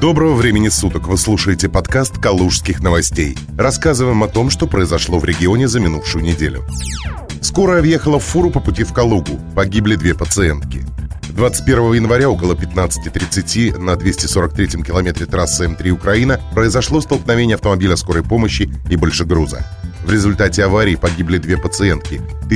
Доброго времени суток! Вы слушаете подкаст «Калужских новостей». Рассказываем о том, что произошло в регионе за минувшую неделю. Скорая въехала в фуру по пути в Калугу. Погибли 2 пациентки. 21 января около 15:30 на 243-м километре трассы М3 Украина произошло столкновение автомобиля скорой помощи и большегруза. В результате аварии погибли 2 пациентки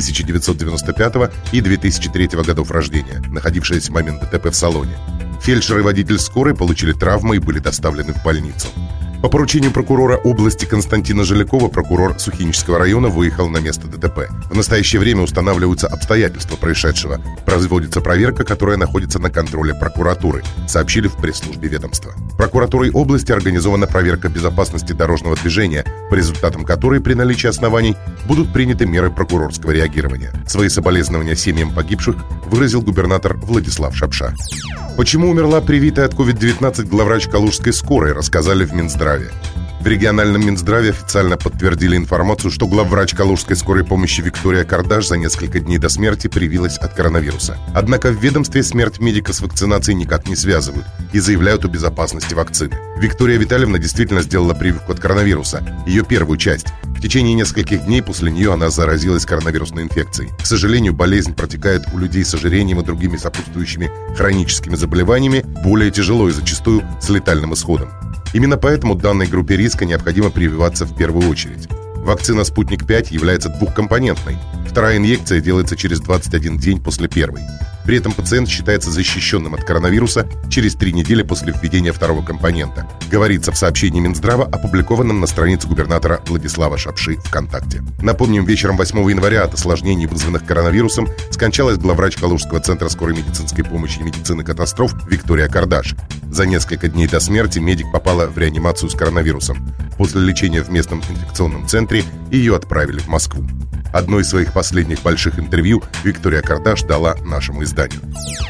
1995 и 2003 годов рождения, находившиеся в момент ДТП в салоне. Фельдшер и водитель скорой получили травмы и были доставлены в больницу. По поручению прокурора области Константина Жилякова прокурор Сухинического района выехал на место ДТП. В настоящее время устанавливаются обстоятельства происшедшего. Производится проверка, которая находится на контроле прокуратуры, сообщили в пресс-службе ведомства. Прокуратурой области организована проверка безопасности дорожного движения, по результатам которой при наличии оснований будут приняты меры прокурорского реагирования. Свои соболезнования семьям погибших выразил губернатор Владислав Шапша. Почему умерла привитая от COVID-19 главврач Калужской скорой, рассказали в Минздраве. В региональном Минздраве официально подтвердили информацию, что главврач Калужской скорой помощи Виктория Кардаш за несколько дней до смерти привилась от коронавируса. Однако в ведомстве смерть медика с вакцинацией никак не связывают и заявляют о безопасности вакцины. Виктория Витальевна действительно сделала прививку от коронавируса, ее первую часть. В течение нескольких дней после нее она заразилась коронавирусной инфекцией. К сожалению, болезнь протекает у людей с ожирением и другими сопутствующими хроническими заболеваниями более тяжело и зачастую с летальным исходом. Именно поэтому данной группе риска необходимо прививаться в первую очередь. Вакцина «Спутник-5» является двухкомпонентной. Вторая инъекция делается через 21 день после первой. При этом пациент считается защищенным от коронавируса через 3 недели после введения второго компонента. Говорится в сообщении Минздрава, опубликованном на странице губернатора Владислава Шапши ВКонтакте. Напомним, вечером 8 января от осложнений, вызванных коронавирусом, скончалась главврач Калужского центра скорой медицинской помощи и медицины катастроф Виктория Кардаш. За несколько дней до смерти медик попала в реанимацию с коронавирусом. После лечения в местном инфекционном центре ее отправили в Москву. Одно из своих последних больших интервью Виктория Кардаш дала нашему изданию.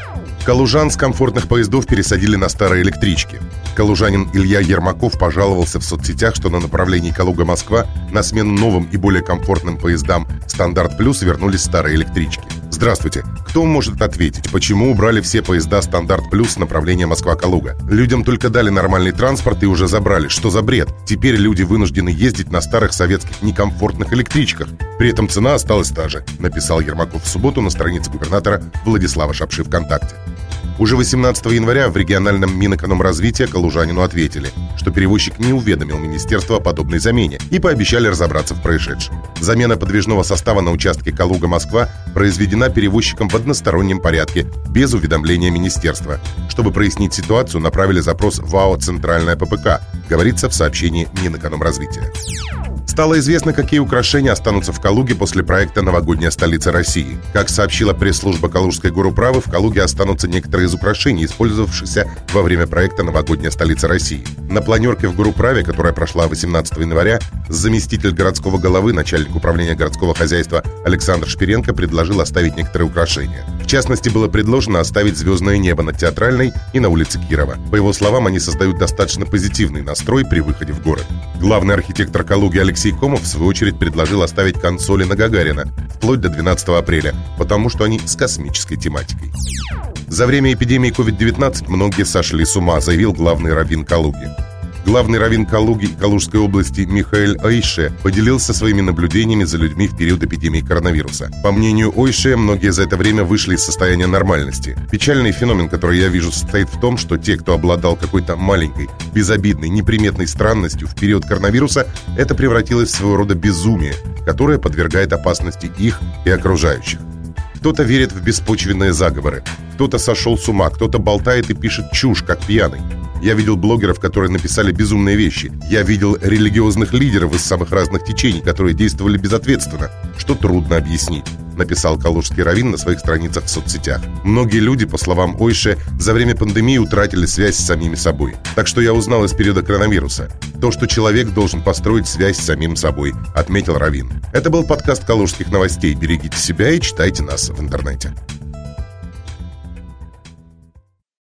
Калужан с комфортных поездов пересадили на старые электрички. Калужанин Илья Ермаков пожаловался в соцсетях, что на направлении Калуга-Москва на смену новым и более комфортным поездам «Стандарт Плюс» вернулись старые электрички. Здравствуйте! Кто может ответить, почему убрали все поезда «Стандарт Плюс» с направления Москва-Калуга? Людям только дали нормальный транспорт и уже забрали. Что за бред? Теперь люди вынуждены ездить на старых советских некомфортных электричках. При этом цена осталась та же, написал Ермаков в субботу на странице губернатора Владислава Шапши ВКонтакте. Уже 18 января в региональном Минэкономразвития калужанину ответили, что перевозчик не уведомил министерство о подобной замене и пообещали разобраться в происшедшем. Замена подвижного состава на участке Калуга-Москва произведена перевозчиком в одностороннем порядке, без уведомления министерства. Чтобы прояснить ситуацию, направили запрос в АО «Центральная ППК», говорится в сообщении Минэкономразвития. Стало известно, какие украшения останутся в Калуге после проекта «Новогодняя столица России». Как сообщила пресс-служба Калужской горуправы, в Калуге останутся некоторые из украшений, использовавшихся во время проекта «Новогодняя столица России». На планерке в горуправе, которая прошла 18 января, заместитель городского головы, начальник управления городского хозяйства Александр Шпиренко предложил оставить некоторые украшения. В частности, было предложено оставить звездное небо над Театральной и на улице Кирова. По его словам, они создают достаточно позитивный настрой при выходе в город. Главный архитектор Калуги Алексей Комов, в свою очередь, предложил оставить консоли на Гагарина вплоть до 12 апреля, потому что они с космической тематикой. За время эпидемии COVID-19 многие сошли с ума, заявил главный раввин Калуги. Главный раввин Калуги и Калужской области Михаэль Ойше поделился своими наблюдениями за людьми в период эпидемии коронавируса. По мнению Ойше, многие за это время вышли из состояния нормальности. Печальный феномен, который я вижу, состоит в том, что те, кто обладал какой-то маленькой, безобидной, неприметной странностью в период коронавируса, это превратилось в своего рода безумие, которое подвергает опасности их и окружающих. Кто-то верит в беспочвенные заговоры, кто-то сошел с ума, кто-то болтает и пишет чушь, как пьяный. Я видел блогеров, которые написали безумные вещи. Я видел религиозных лидеров из самых разных течений, которые действовали безответственно, что трудно объяснить, написал калужский раввин на своих страницах в соцсетях. Многие люди, по словам Ойше, за время пандемии утратили связь с самими собой. Так что я узнал из периода коронавируса то, что человек должен построить связь с самим собой, отметил раввин. Это был подкаст «Калужских новостей». Берегите себя и читайте нас в интернете.